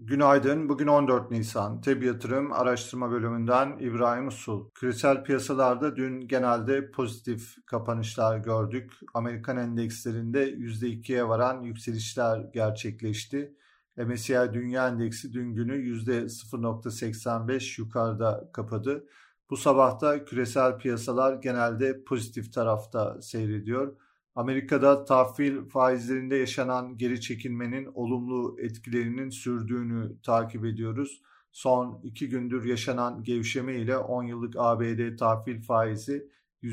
Günaydın. Bugün 14 Nisan. TEB Yatırım Araştırma Bölümünden İbrahim Usul. Küresel piyasalarda dün genelde pozitif kapanışlar gördük. Amerikan endekslerinde %2'ye varan yükselişler gerçekleşti. MSCI Dünya Endeksi dün günü %0.85 yukarıda kapadı. Bu sabahta küresel piyasalar genelde pozitif tarafta seyrediyor. Amerika'da tahvil faizlerinde yaşanan geri çekilmenin olumlu etkilerinin sürdüğünü takip ediyoruz. Son 2 gündür yaşanan gevşeme ile 10 yıllık ABD tahvil faizi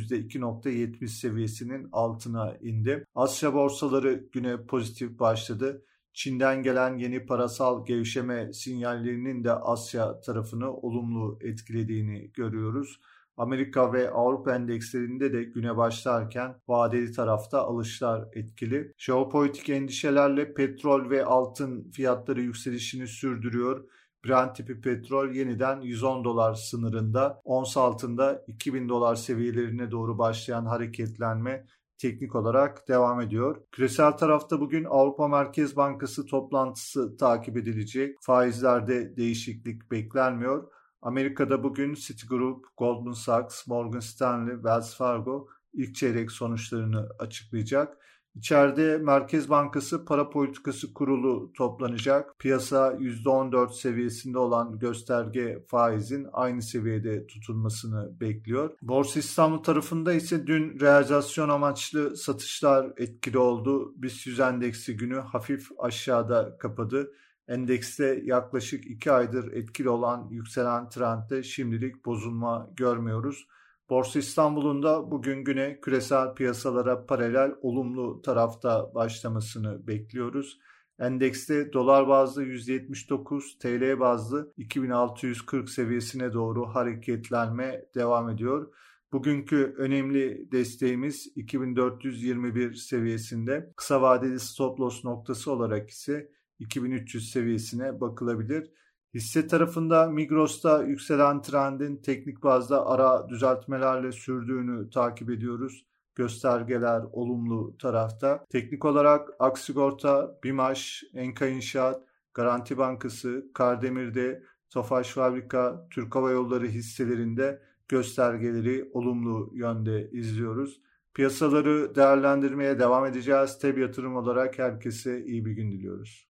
%2.70 seviyesinin altına indi. Asya borsaları güne pozitif başladı. Çin'den gelen yeni parasal gevşeme sinyallerinin de Asya tarafını olumlu etkilediğini görüyoruz. Amerika ve Avrupa endekslerinde de güne başlarken vadeli tarafta alışlar etkili. Jeopolitik endişelerle petrol ve altın fiyatları yükselişini sürdürüyor. Brent tipi petrol yeniden $110 sınırında, ons altında $2000 seviyelerine doğru başlayan hareketlenme teknik olarak devam ediyor. Küresel tarafta bugün Avrupa Merkez Bankası toplantısı takip edilecek. Faizlerde değişiklik beklenmiyor. Amerika'da bugün Citigroup, Goldman Sachs, Morgan Stanley, Wells Fargo ilk çeyrek sonuçlarını açıklayacak. İçeride Merkez Bankası Para Politikası Kurulu toplanacak. Piyasa %14 seviyesinde olan gösterge faizin aynı seviyede tutulmasını bekliyor. Borsa İstanbul tarafında ise dün realizasyon amaçlı satışlar etkili oldu. BIST 100 endeksi günü hafif aşağıda kapadı. Endekste yaklaşık 2 aydır etkili olan yükselen trendde şimdilik bozulma görmüyoruz. Borsa İstanbul'un da bugün güne küresel piyasalara paralel olumlu tarafta başlamasını bekliyoruz. Endekste dolar bazlı 179, TL bazlı 2640 seviyesine doğru hareketlenme devam ediyor. Bugünkü önemli desteğimiz 2421 seviyesinde. Kısa vadeli stop loss noktası olarak ise 2300 seviyesine bakılabilir. Hisse tarafında Migros'ta yükselen trendin teknik bazda ara düzeltmelerle sürdüğünü takip ediyoruz. Göstergeler olumlu tarafta. Teknik olarak Aksigorta, BİMAŞ, Enka İnşaat, Garanti Bankası, Kardemir'de, Tofaş Fabrika, Türk Hava Yolları hisselerinde göstergeleri olumlu yönde izliyoruz. Piyasaları değerlendirmeye devam edeceğiz. TEB Yatırım olarak herkese iyi bir gün diliyoruz.